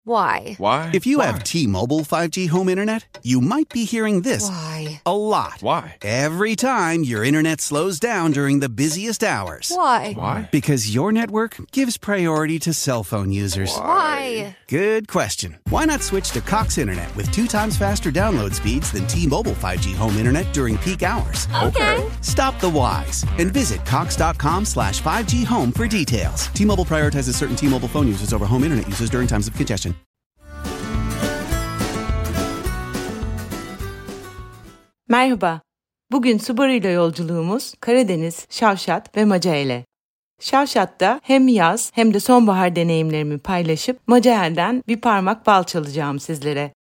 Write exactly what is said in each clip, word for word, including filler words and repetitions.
Why? Why? If you Why? have T-Mobile five G home internet, you might be hearing this Why? a lot. Why? Every time your internet slows down during the busiest hours. Why? Why? Because your network gives priority to cell phone users. Why? Good question. Why not switch to Cox Internet with two times faster download speeds than T-Mobile five G home internet during peak hours? Okay. Stop the whys and visit cox.com slash 5G home for details. T-Mobile prioritizes certain T-Mobile phone users over home internet users during times of congestion. Merhaba. Bugün Subaru ile yolculuğumuz Karadeniz, Şavşat ve Macaeli. Şavşat'ta hem yaz hem de sonbahar deneyimlerimi paylaşıp Macaeli'den bir parmak bal çalacağım sizlere.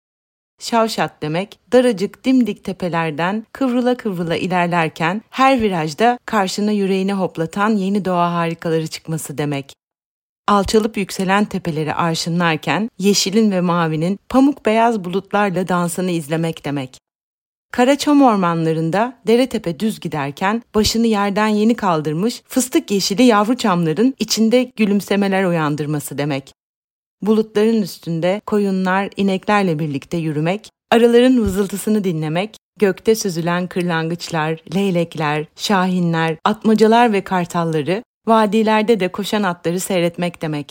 Şavşat demek, daracık dimdik tepelerden kıvrıla kıvrıla ilerlerken her virajda karşına yüreğine hoplatan yeni doğa harikaları çıkması demek. Alçalıp yükselen tepeleri arşınlarken yeşilin ve mavinin pamuk beyaz bulutlarla dansını izlemek demek. Karaçam ormanlarında dere tepe düz giderken başını yerden yeni kaldırmış fıstık yeşili yavru çamların içinde gülümsemeler uyandırması demek. Bulutların üstünde koyunlar, ineklerle birlikte yürümek, arıların vızıltısını dinlemek, gökte süzülen kırlangıçlar, leylekler, şahinler, atmacalar ve kartalları, vadilerde de koşan atları seyretmek demek.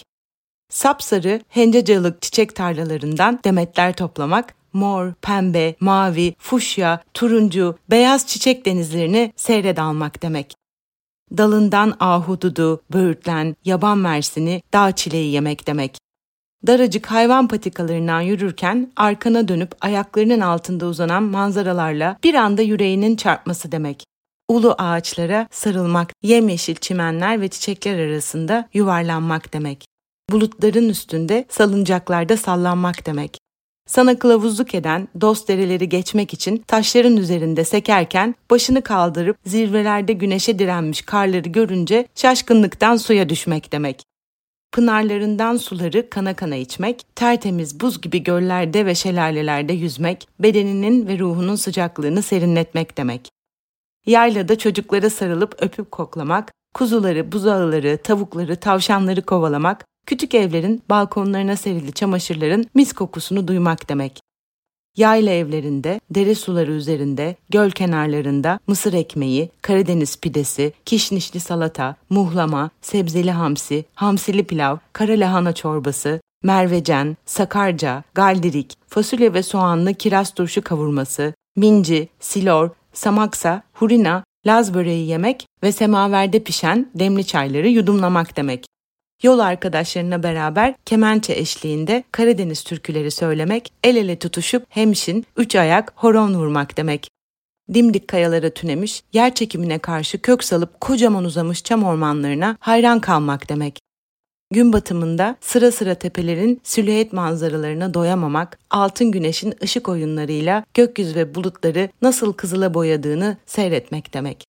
Sapsarı hencecalık çiçek tarlalarından demetler toplamak, mor, pembe, mavi, fuşya, turuncu, beyaz çiçek denizlerini seyret almak demek. Dalından ahududu, böğürtlen, yaban mersini, dağ çileği yemek demek. Daracık hayvan patikalarından yürürken arkana dönüp ayaklarının altında uzanan manzaralarla bir anda yüreğinin çarpması demek. Ulu ağaçlara sarılmak, yemyeşil çimenler ve çiçekler arasında yuvarlanmak demek. Bulutların üstünde salıncaklarda sallanmak demek. Sana kılavuzluk eden dost dereleri geçmek için taşların üzerinde sekerken başını kaldırıp zirvelerde güneşe direnmiş karları görünce şaşkınlıktan suya düşmek demek. Pınarlarından suları kana kana içmek, tertemiz buz gibi göllerde ve şelalelerde yüzmek, bedeninin ve ruhunun sıcaklığını serinletmek demek. Yaylada çocuklara sarılıp öpüp koklamak, kuzuları, buzağıları, tavukları, tavşanları kovalamak, küçük evlerin balkonlarına serili çamaşırların mis kokusunu duymak demek. Yayla evlerinde, dere suları üzerinde, göl kenarlarında mısır ekmeği, Karadeniz pidesi, kişnişli salata, muhlama, sebzeli hamsi, hamsili pilav, kara lahana çorbası, mervecen, sakarca, galdirik, fasulye ve soğanlı kiraz turşu kavurması, minci, silor, samaksa, hurina, Laz böreği yemek ve semaverde pişen demli çayları yudumlamak demek. Yol arkadaşlarına beraber kemençe eşliğinde Karadeniz türküleri söylemek, el ele tutuşup hemşin, üç ayak, horon vurmak demek. Dimdik kayalara tünemiş, yer çekimine karşı kök salıp kocaman uzamış çam ormanlarına hayran kalmak demek. Gün batımında sıra sıra tepelerin silüet manzaralarına doyamamak, altın güneşin ışık oyunlarıyla gökyüzü ve bulutları nasıl kızıla boyadığını seyretmek demek.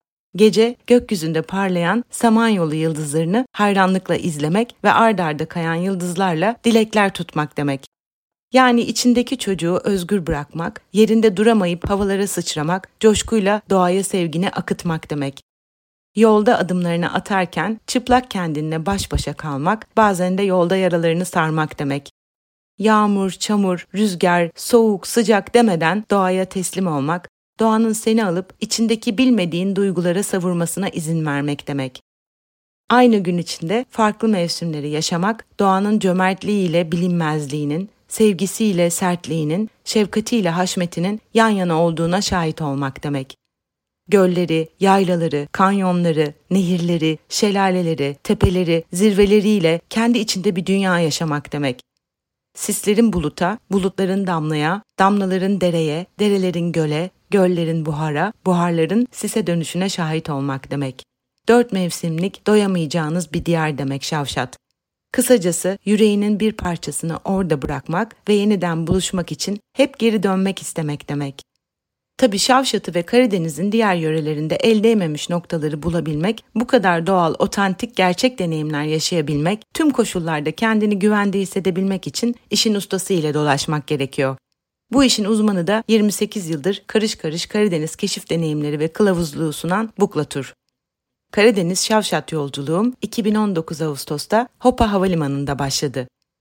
Gece gökyüzünde parlayan Samanyolu yıldızlarını hayranlıkla izlemek ve ard arda kayan yıldızlarla dilekler tutmak demek. Yani içindeki çocuğu özgür bırakmak, yerinde duramayıp havalara sıçramak, coşkuyla doğaya sevgini akıtmak demek. Yolda adımlarını atarken çıplak kendinle baş başa kalmak, bazen de yolda yaralarını sarmak demek. Yağmur, çamur, rüzgar, soğuk, sıcak demeden doğaya teslim olmak, doğanın seni alıp içindeki bilmediğin duygulara savurmasına izin vermek demek. Aynı gün içinde farklı mevsimleri yaşamak, doğanın cömertliğiyle bilinmezliğinin, sevgisiyle sertliğinin, şefkatiyle haşmetinin yan yana olduğuna şahit olmak demek. Gölleri, yaylaları, kanyonları, nehirleri, şelaleleri, tepeleri, zirveleriyle kendi içinde bir dünya yaşamak demek. Sislerin buluta, bulutların damlaya, damlaların dereye, derelerin göle, göllerin buhara, buharların sise dönüşüne şahit olmak demek. Dört mevsimlik doyamayacağınız bir diyar demek Şavşat. Kısacası yüreğinin bir parçasını orada bırakmak ve yeniden buluşmak için hep geri dönmek istemek demek. Tabii Şavşat'ı ve Karadeniz'in diğer yörelerinde el değmemiş noktaları bulabilmek, bu kadar doğal, otantik, gerçek deneyimler yaşayabilmek, tüm koşullarda kendini güvende hissedebilmek için işin ustası ile dolaşmak gerekiyor. Bu işin uzmanı da yirmi sekiz yıldır karış karış Karadeniz keşif deneyimleri ve kılavuzluğu sunan Bukla Tur. Karadeniz Şavşat yolculuğum iki bin on dokuz Ağustos'ta Hopa Havalimanı'nda başladı.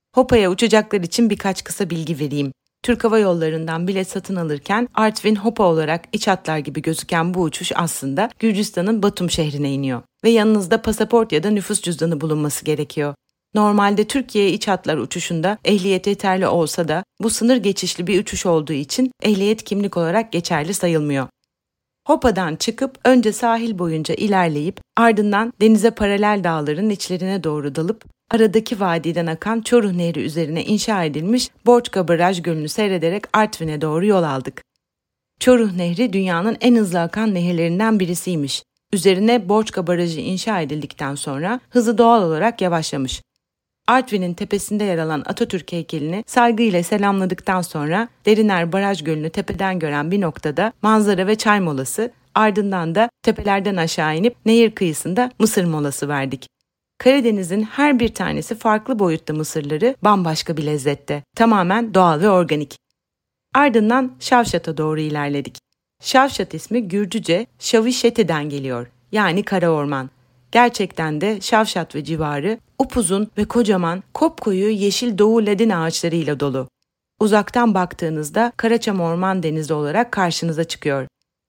Hopa'ya uçacaklar için birkaç kısa bilgi vereyim. Türk Hava Yolları'ndan bilet satın alırken Artvin Hopa olarak iç hatlar gibi gözüken bu uçuş aslında Gürcistan'ın Batum şehrine iniyor ve yanınızda pasaport ya da nüfus cüzdanı bulunması gerekiyor. Normalde Türkiye iç hatlar uçuşunda ehliyet yeterli olsa da bu sınır geçişli bir uçuş olduğu için ehliyet kimlik olarak geçerli sayılmıyor. Hopa'dan çıkıp önce sahil boyunca ilerleyip ardından denize paralel dağların içlerine doğru dalıp aradaki vadiden akan Çoruh Nehri üzerine inşa edilmiş Borçka Baraj Gölü'nü seyrederek Artvin'e doğru yol aldık. Çoruh Nehri dünyanın en hızlı akan nehirlerinden birisiymiş. Üzerine Borçka Barajı inşa edildikten sonra hızı doğal olarak yavaşlamış. Artvin'in tepesinde yer alan Atatürk heykelini saygıyla selamladıktan sonra Deriner Baraj Gölü'nü tepeden gören bir noktada manzara ve çay molası, ardından da tepelerden aşağı inip nehir kıyısında mısır molası verdik. Karadeniz'in her bir tanesi farklı boyutta mısırları bambaşka bir lezzette, tamamen doğal ve organik. Ardından Şavşat'a doğru ilerledik. Şavşat ismi Gürcüce Şavişeti'den geliyor, yani kara orman. Gerçekten de Şavşat ve civarı upuzun ve kocaman kopkoyu yeşil doğu ledin ağaçlarıyla dolu. Uzaktan baktığınızda Karaçam Orman Denizi olarak karşınıza çıkıyor.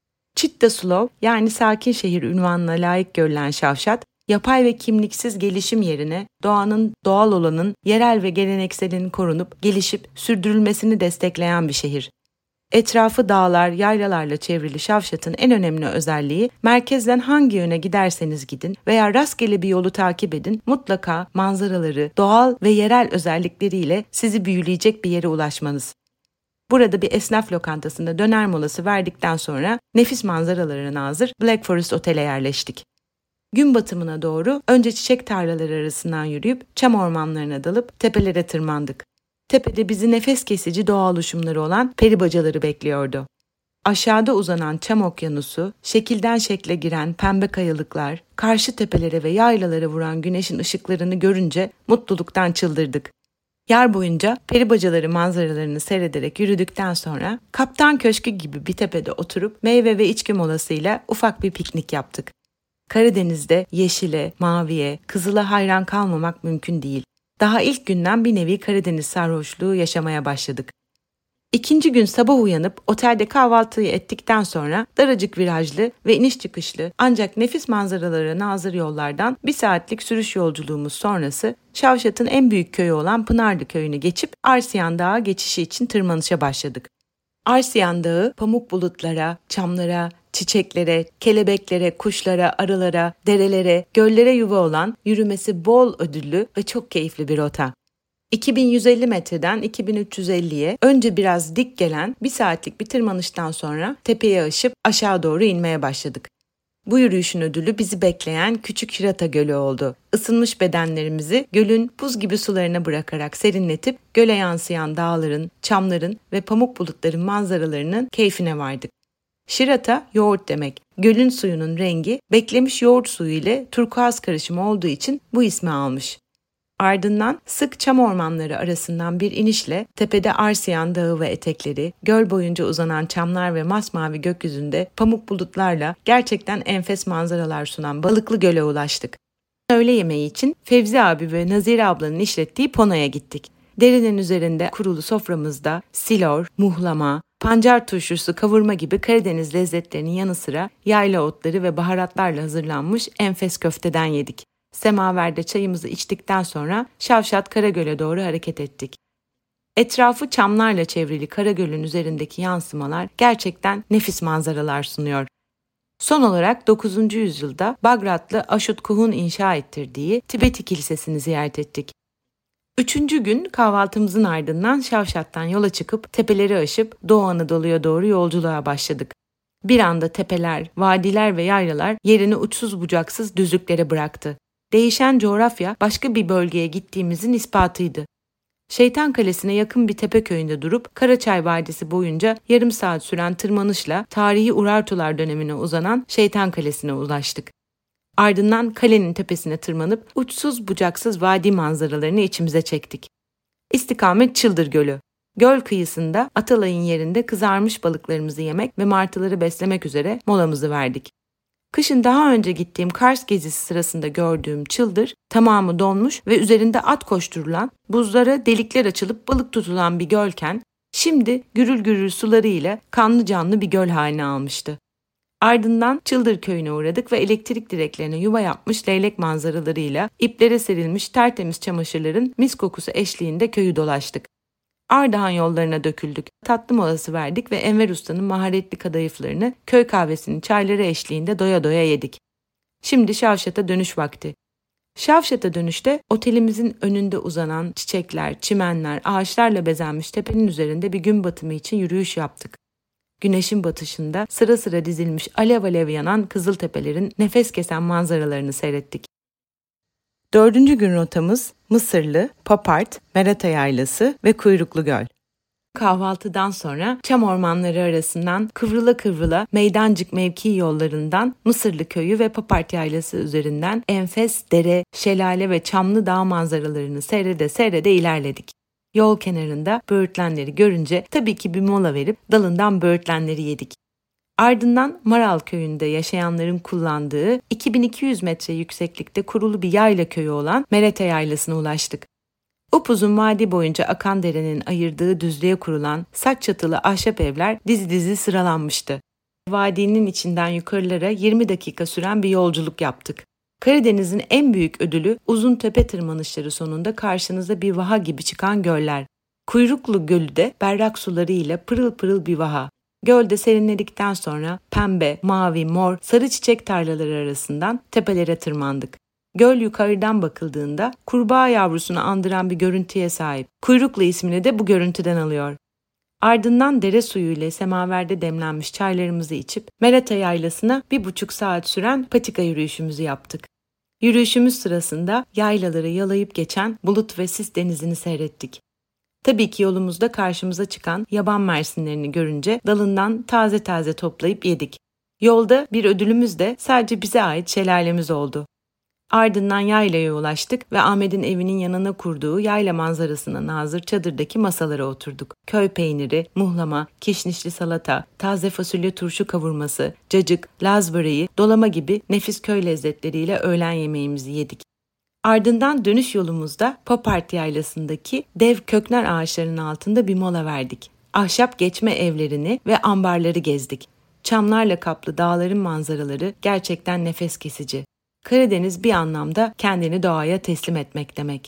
Çitta Slow, yani sakin şehir unvanına layık görülen Şavşat, yapay ve kimliksiz gelişim yerine doğanın doğal olanın yerel ve gelenekselinin korunup gelişip sürdürülmesini destekleyen bir şehir. Etrafı dağlar, yaylalarla çevrili Şavşat'ın en önemli özelliği merkezden hangi yöne giderseniz gidin veya rastgele bir yolu takip edin, mutlaka manzaraları, doğal ve yerel özellikleriyle sizi büyüleyecek bir yere ulaşmanız. Burada bir esnaf lokantasında döner molası verdikten sonra nefis manzaralara nazır Black Forest Otel'e yerleştik. Gün batımına doğru önce çiçek tarlaları arasından yürüyüp çam ormanlarına dalıp tepelere tırmandık. Tepede bizi nefes kesici doğa oluşumları olan peri bacaları bekliyordu. Aşağıda uzanan çam okyanusu, şekilden şekle giren pembe kayalıklar, karşı tepelere ve yaylalara vuran güneşin ışıklarını görünce mutluluktan çıldırdık. Yar boyunca peri bacaları manzaralarını seyrederek yürüdükten sonra Kaptan Köşkü gibi bir tepede oturup meyve ve içki molasıyla ufak bir piknik yaptık. Karadeniz'de yeşile, maviye, kızıla hayran kalmamak mümkün değil. Daha ilk günden bir nevi Karadeniz sarhoşluğu yaşamaya başladık. İkinci gün sabah uyanıp otelde kahvaltıyı ettikten sonra daracık virajlı ve iniş çıkışlı ancak nefis manzaralara nazır yollardan bir saatlik sürüş yolculuğumuz sonrası Şavşat'ın en büyük köyü olan Pınarlı köyünü geçip Arsiyan Dağı geçişi için tırmanışa başladık. Arsiyan Dağı pamuk bulutlara, çamlara, çiçeklere, kelebeklere, kuşlara, arılara, derelere, göllere yuva olan yürümesi bol ödüllü ve çok keyifli bir rota. iki bin yüz elli metreden iki bin üç yüz elliye önce biraz dik gelen bir saatlik bir tırmanıştan sonra tepeyi aşıp aşağı doğru inmeye başladık. Bu yürüyüşün ödülü bizi bekleyen küçük Şirata Gölü oldu. Isınmış bedenlerimizi gölün buz gibi sularına bırakarak serinletip göle yansıyan dağların, çamların ve pamuk bulutların manzaralarının keyfine vardık. Şirata, yoğurt demek. Gölün suyunun rengi beklemiş yoğurt suyu ile turkuaz karışımı olduğu için bu ismi almış. Ardından sık çam ormanları arasından bir inişle tepede Arsiyan Dağı ve etekleri, göl boyunca uzanan çamlar ve masmavi gökyüzünde pamuk bulutlarla gerçekten enfes manzaralar sunan Balıklı Göl'e ulaştık. Öğle yemeği için Fevzi abi ve Nazire ablanın işlettiği Pono'ya gittik. Derinin üzerinde kurulu soframızda silor, muhlama, pancar turşusu, kavurma gibi Karadeniz lezzetlerinin yanı sıra yayla otları ve baharatlarla hazırlanmış enfes köfteden yedik. Semaverde çayımızı içtikten sonra Şavşat Karagöl'e doğru hareket ettik. Etrafı çamlarla çevrili Karagöl'ün üzerindeki yansımalar gerçekten nefis manzaralar sunuyor. Son olarak dokuzuncu yüzyılda Bagratlı Aşut Kuh'un inşa ettirdiği Tibeti Kilisesi'ni ziyaret ettik. Üçüncü gün kahvaltımızın ardından Şavşat'tan yola çıkıp tepeleri aşıp Doğu Anadolu'ya doğru yolculuğa başladık. Bir anda tepeler, vadiler ve yaylalar yerini uçsuz bucaksız düzlüklere bıraktı. Değişen coğrafya başka bir bölgeye gittiğimizin ispatıydı. Şeytan Kalesi'ne yakın bir tepe köyünde durup Karaçay Vadisi boyunca yarım saat süren tırmanışla tarihi Urartular dönemine uzanan Şeytan Kalesi'ne ulaştık. Ardından kalenin tepesine tırmanıp uçsuz bucaksız vadi manzaralarını içimize çektik. İstikamet Çıldır Gölü. Göl kıyısında Atalay'ın yerinde kızarmış balıklarımızı yemek ve martıları beslemek üzere molamızı verdik. Kışın daha önce gittiğim Kars gezisi sırasında gördüğüm çıldır, tamamı donmuş ve üzerinde at koşturulan, buzlara delikler açılıp balık tutulan bir gölken, şimdi gürül gürül sularıyla kanlı canlı bir göl haline almıştı. Ardından Çıldır köyüne uğradık ve elektrik direklerine yuva yapmış leylek manzaralarıyla iplere serilmiş tertemiz çamaşırların mis kokusu eşliğinde köyü dolaştık. Ardahan yollarına döküldük, tatlı molası verdik ve Enver Usta'nın maharetli kadayıflarını köy kahvesinin çayları eşliğinde doya doya yedik. Şimdi Şavşat'a dönüş vakti. Şavşat'a dönüşte otelimizin önünde uzanan çiçekler, çimenler, ağaçlarla bezenmiş tepenin üzerinde bir gün batımı için yürüyüş yaptık. Güneşin batışında sıra sıra dizilmiş alev alev yanan kızıl tepelerin nefes kesen manzaralarını seyrettik. Dördüncü gün rotamız Mısırlı, Papart, Merata Yaylası ve Kuyruklu Göl. Kahvaltıdan sonra çam ormanları arasından kıvrıla kıvrıla Meydancık mevki yollarından Mısırlı köyü ve Papart Yaylası üzerinden enfes dere, şelale ve çamlı dağ manzaralarını seyrede seyrede ilerledik. Yol kenarında böğürtlenleri görünce tabii ki bir mola verip dalından böğürtlenleri yedik. Ardından Maral köyünde yaşayanların kullandığı iki bin iki yüz metre yükseklikte kurulu bir yayla köyü olan Merete Yaylası'na ulaştık. Upuzun vadi boyunca akan derenin ayırdığı düzlüğe kurulan saç çatılı ahşap evler dizi dizi sıralanmıştı. Vadinin içinden yukarılara yirmi dakika süren bir yolculuk yaptık. Karadeniz'in en büyük ödülü uzun tepe tırmanışları sonunda karşınıza bir vaha gibi çıkan göller. Kuyruklu Gölü de berrak sularıyla pırıl pırıl bir vaha. Gölde serinledikten sonra pembe, mavi, mor, sarı çiçek tarlaları arasından tepelere tırmandık. Göl yukarıdan bakıldığında kurbağa yavrusunu andıran bir görüntüye sahip. Kuyruklu ismini de bu görüntüden alıyor. Ardından dere suyu ile semaverde demlenmiş çaylarımızı içip Merata Yaylası'na bir buçuk saat süren patika yürüyüşümüzü yaptık. Yürüyüşümüz sırasında yaylaları yalayıp geçen bulut ve sis denizini seyrettik. Tabii ki yolumuzda karşımıza çıkan yaban mersinlerini görünce dalından taze taze toplayıp yedik. Yolda bir ödülümüz de sadece bize ait şelalemiz oldu. Ardından yaylaya ulaştık ve Ahmet'in evinin yanına kurduğu yayla manzarasına nazır çadırdaki masalara oturduk. Köy peyniri, muhlama, kişnişli salata, taze fasulye turşu kavurması, cacık, laz böreği, dolama gibi nefis köy lezzetleriyle öğlen yemeğimizi yedik. Ardından dönüş yolumuzda Papart Yaylası'ndaki dev köknar ağaçlarının altında bir mola verdik. Ahşap geçme evlerini ve ambarları gezdik. Çamlarla kaplı dağların manzaraları gerçekten nefes kesici. Karadeniz bir anlamda kendini doğaya teslim etmek demek.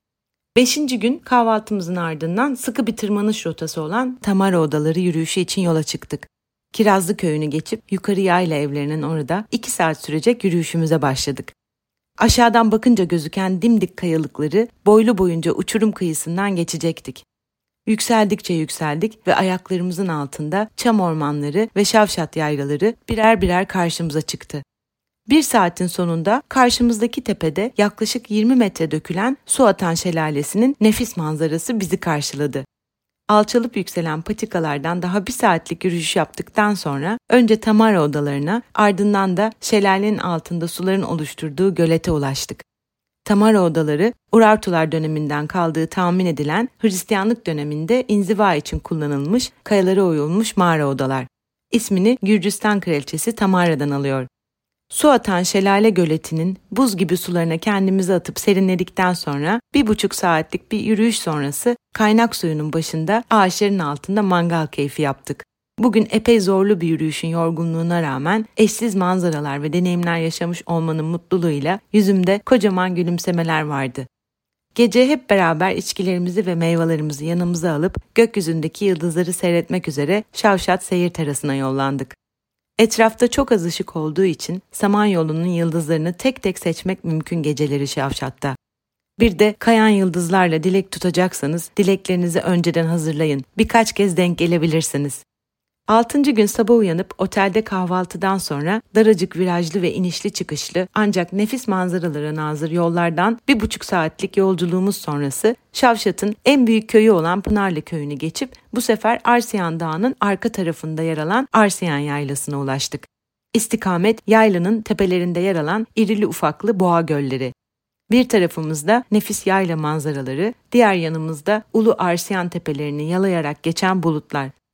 Beşinci gün kahvaltımızın ardından sıkı bir tırmanış rotası olan Tamara Odaları yürüyüşü için yola çıktık. Kirazlı köyünü geçip yukarı yayla evlerinin orada iki saat sürecek yürüyüşümüze başladık. Aşağıdan bakınca gözüken dimdik kayalıkları boylu boyunca uçurum kıyısından geçecektik. Yükseldikçe yükseldik ve ayaklarımızın altında çam ormanları ve Şavşat yaylaları birer birer karşımıza çıktı. Bir saatin sonunda karşımızdaki tepede yaklaşık yirmi metre dökülen su atan şelalesinin nefis manzarası bizi karşıladı. Alçalıp yükselen patikalardan daha bir saatlik yürüyüş yaptıktan sonra önce Tamara Odalarına, ardından da şelalenin altında suların oluşturduğu gölete ulaştık. Tamara Odaları, Urartular döneminden kaldığı tahmin edilen Hristiyanlık döneminde inziva için kullanılmış, kayalara oyulmuş mağara odalar. İsmini Gürcistan kraliçesi Tamara'dan alıyor. Su atan şelale göletinin buz gibi sularına kendimizi atıp serinledikten sonra bir buçuk saatlik bir yürüyüş sonrası kaynak suyunun başında ağaçların altında mangal keyfi yaptık. Bugün epey zorlu bir yürüyüşün yorgunluğuna rağmen eşsiz manzaralar ve deneyimler yaşamış olmanın mutluluğuyla yüzümde kocaman gülümsemeler vardı. Gece hep beraber içkilerimizi ve meyvelerimizi yanımıza alıp gökyüzündeki yıldızları seyretmek üzere Şavşat seyir terasına yollandık. Etrafta çok az ışık olduğu için Samanyolu'nun yıldızlarını tek tek seçmek mümkün geceleri Şavşat'ta. Bir de kayan yıldızlarla dilek tutacaksanız dileklerinizi önceden hazırlayın. Birkaç kez denk gelebilirsiniz. Altıncı gün sabah uyanıp otelde kahvaltıdan sonra daracık virajlı ve inişli çıkışlı ancak nefis manzaralara nazır yollardan bir buçuk saatlik yolculuğumuz sonrası Şavşat'ın en büyük köyü olan Pınarlı köyünü geçip bu sefer Arsiyan Dağı'nın arka tarafında yer alan Arsiyan Yaylası'na ulaştık. İstikamet yaylanın tepelerinde yer alan irili ufaklı boğa gölleri. Bir tarafımızda nefis yayla manzaraları, diğer yanımızda ulu Arsiyan tepelerini yalayarak geçen bulutlar.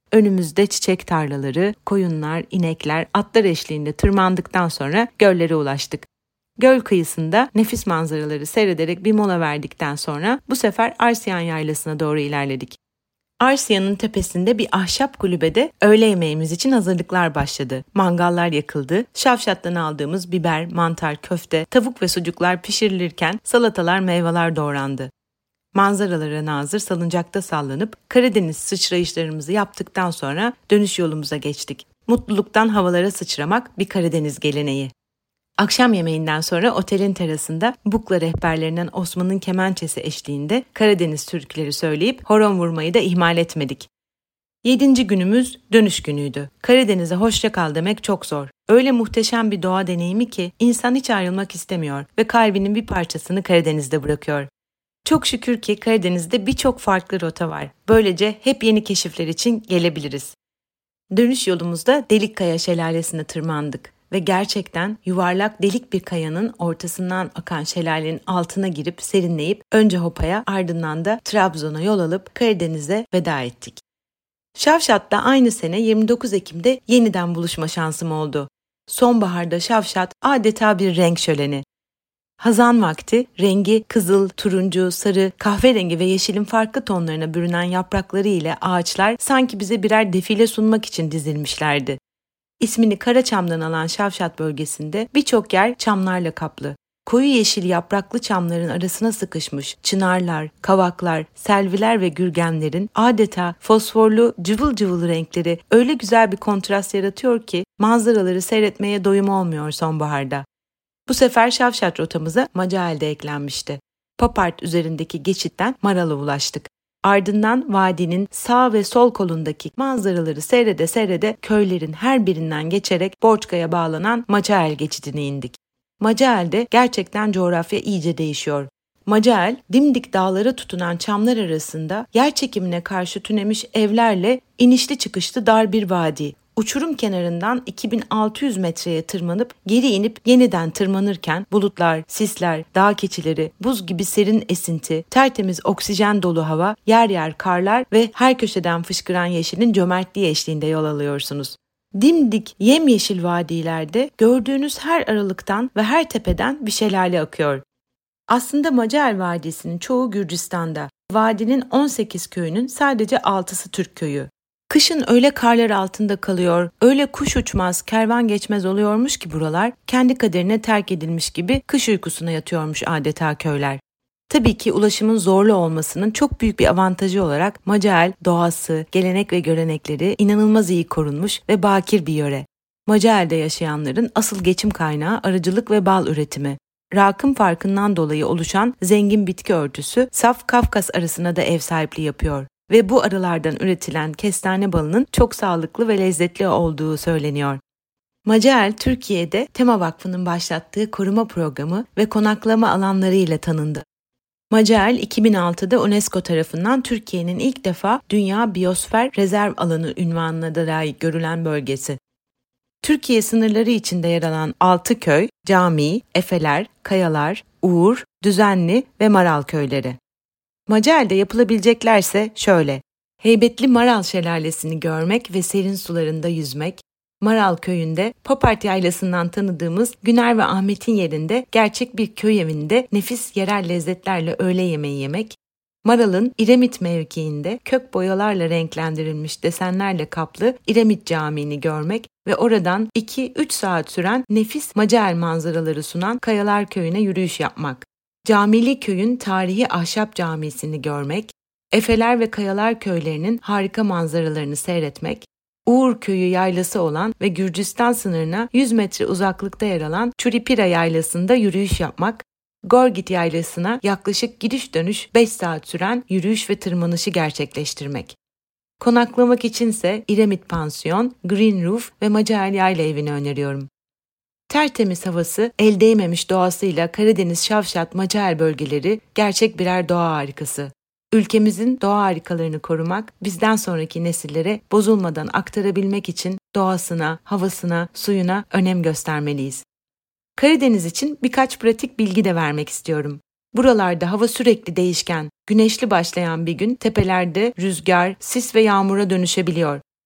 Önümüzde çiçek tarlaları, koyunlar, inekler, atlar eşliğinde tırmandıktan sonra göllere ulaştık. Göl kıyısında nefis manzaraları seyrederek bir mola verdikten sonra bu sefer Arsiyan Yaylası'na doğru ilerledik. Arsiyan'ın tepesinde bir ahşap kulübede öğle yemeğimiz için hazırlıklar başladı. Mangallar yakıldı, Şavşat'tan aldığımız biber, mantar, köfte, tavuk ve sucuklar pişirilirken salatalar, meyveler doğrandı. Manzaralara nazır salıncakta sallanıp Karadeniz sıçrayışlarımızı yaptıktan sonra dönüş yolumuza geçtik. Mutluluktan havalara sıçramak bir Karadeniz geleneği. Akşam yemeğinden sonra otelin terasında Bukla rehberlerinden Osman'ın kemençesi eşliğinde Karadeniz türküleri söyleyip horon vurmayı da ihmal etmedik. Yedinci günümüz dönüş günüydü. Karadeniz'e hoşça kal demek çok zor. Öyle muhteşem bir doğa deneyimi ki insan hiç ayrılmak istemiyor ve kalbinin bir parçasını Karadeniz'de bırakıyor. Çok şükür ki Karadeniz'de birçok farklı rota var. Böylece hep yeni keşifler için gelebiliriz. Dönüş yolumuzda Delikkaya Şelalesi'ne tırmandık ve gerçekten yuvarlak delik bir kayanın ortasından akan şelalenin altına girip serinleyip önce Hopa'ya ardından da Trabzon'a yol alıp Karadeniz'e veda ettik. Şavşat'ta aynı sene yirmi dokuz Ekim'de yeniden buluşma şansım oldu. Sonbaharda Şavşat adeta bir renk şöleni. Hazan vakti rengi kızıl, turuncu, sarı, kahverengi ve yeşilin farklı tonlarına bürünen yaprakları ile ağaçlar sanki bize birer defile sunmak için dizilmişlerdi. İsmini Karaçam'dan alan Şavşat bölgesinde birçok yer çamlarla kaplı. Koyu yeşil yapraklı çamların arasına sıkışmış çınarlar, kavaklar, selviler ve gürgenlerin adeta fosforlu cıvıl cıvıl renkleri öyle güzel bir kontrast yaratıyor ki manzaraları seyretmeye doyum olmuyor sonbaharda. Bu sefer Şavşat rotamıza Macael de eklenmişti. Papart üzerindeki geçitten Maral'a ulaştık. Ardından vadinin sağ ve sol kolundaki manzaraları seyrede seyrede köylerin her birinden geçerek Borçka'ya bağlanan Macael geçidine indik. Macael'de gerçekten coğrafya iyice değişiyor. Macael, dimdik dağlara tutunan çamlar arasında yer çekimine karşı tünemiş evlerle inişli çıkışlı dar bir vadi. Uçurum kenarından iki bin altı yüz metreye tırmanıp geri inip yeniden tırmanırken bulutlar, sisler, dağ keçileri, buz gibi serin esinti, tertemiz oksijen dolu hava, yer yer karlar ve her köşeden fışkıran yeşilin cömertliği eşliğinde yol alıyorsunuz. Dimdik yemyeşil vadilerde gördüğünüz her aralıktan ve her tepeden bir şelale akıyor. Aslında Macael Vadisi'nin çoğu Gürcistan'da. Vadinin on sekiz köyünün sadece altısı Türk köyü. Kışın öyle karlar altında kalıyor, öyle kuş uçmaz, kervan geçmez oluyormuş ki buralar, kendi kaderine terk edilmiş gibi kış uykusuna yatıyormuş adeta köyler. Tabii ki ulaşımın zorlu olmasının çok büyük bir avantajı olarak Macael doğası, gelenek ve görenekleri inanılmaz iyi korunmuş ve bakir bir yöre. Macael'de yaşayanların asıl geçim kaynağı arıcılık ve bal üretimi. Rakım farkından dolayı oluşan zengin bitki örtüsü saf Kafkas arısına da ev sahipliği yapıyor. Ve bu arılardan üretilen kestane balının çok sağlıklı ve lezzetli olduğu söyleniyor. Macael, Türkiye'de Tema Vakfı'nın başlattığı koruma programı ve konaklama alanları ile tanındı. Macael, iki bin altıda UNESCO tarafından Türkiye'nin ilk defa Dünya Biyosfer Rezerv Alanı unvanına da layık görülen bölgesi. Türkiye sınırları içinde yer alan altı köy, Cami, Efeler, Kayalar, Uğur, Düzenli ve Maral köyleri. Macael'de yapılabileceklerse şöyle: heybetli Maral Şelalesi'ni görmek ve serin sularında yüzmek, Maral köyünde Papart Yaylası'ndan tanıdığımız Güner ve Ahmet'in yerinde gerçek bir köy evinde nefis yerel lezzetlerle öğle yemeği yemek, Maral'ın İremit mevkiinde kök boyalarla renklendirilmiş desenlerle kaplı İremit Camii'ni görmek ve oradan iki üç saat süren nefis Macael manzaraları sunan Kayalar Köyü'ne yürüyüş yapmak. Camili köyün tarihi ahşap camisini görmek, Efeler ve Kayalar köylerinin harika manzaralarını seyretmek, Uğur köyü yaylası olan ve Gürcistan sınırına yüz metre uzaklıkta yer alan Çuripira yaylasında yürüyüş yapmak, Gorgit yaylasına yaklaşık gidiş dönüş beş saat süren yürüyüş ve tırmanışı gerçekleştirmek. Konaklamak içinse İremit Pansiyon, Green Roof ve Macael Yayla Evi'ni öneriyorum. Tertemiz havası, el değmemiş doğasıyla Karadeniz Şavşat Macael bölgeleri gerçek birer doğa harikası. Ülkemizin doğa harikalarını korumak, bizden sonraki nesillere bozulmadan aktarabilmek için doğasına, havasına, suyuna önem göstermeliyiz. Karadeniz için birkaç pratik bilgi de vermek istiyorum. Buralarda hava sürekli değişken, güneşli başlayan bir gün tepelerde rüzgar, sis ve yağmura dönüşebiliyor.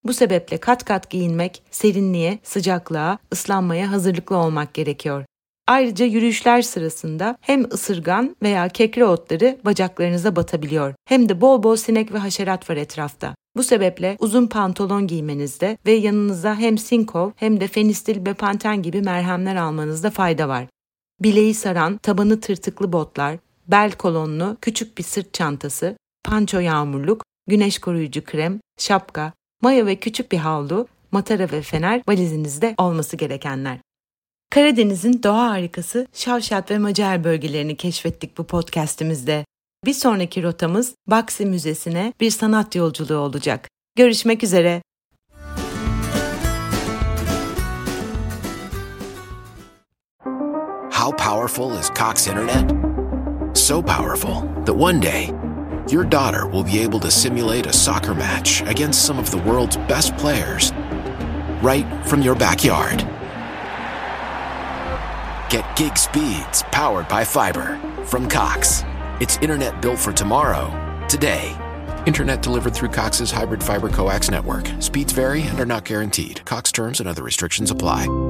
Bu sebeple kat kat giyinmek, serinliğe, sıcaklığa, ıslanmaya hazırlıklı olmak gerekiyor. Ayrıca yürüyüşler sırasında hem ısırgan veya kekre otları bacaklarınıza batabiliyor, hem de bol bol sinek ve haşerat var etrafta. Bu sebeple uzun pantolon giymenizde ve yanınıza hem Sinkov hem de Fenistil Bepanten gibi merhemler almanızda fayda var. Bileği saran, tabanı tırtıklı botlar, bel kolonlu küçük bir sırt çantası, panço yağmurluk, güneş koruyucu krem, şapka, mayo ve küçük bir havlu, matara ve fener valizinizde olması gerekenler. Karadeniz'in doğa harikası Şavşat ve Macael bölgelerini keşfettik bu podcastimizde. Bir sonraki rotamız Baksı Müzesi'ne bir sanat yolculuğu olacak. Görüşmek üzere. How powerful is Cox Internet? So powerful that one day, your daughter will be able to simulate a soccer match against some of the world's best players right from your backyard. Get gig speeds powered by fiber from Cox. It's internet built for tomorrow, today. Internet delivered through Cox's hybrid fiber coax network. Speeds vary and are not guaranteed. Cox terms and other restrictions apply.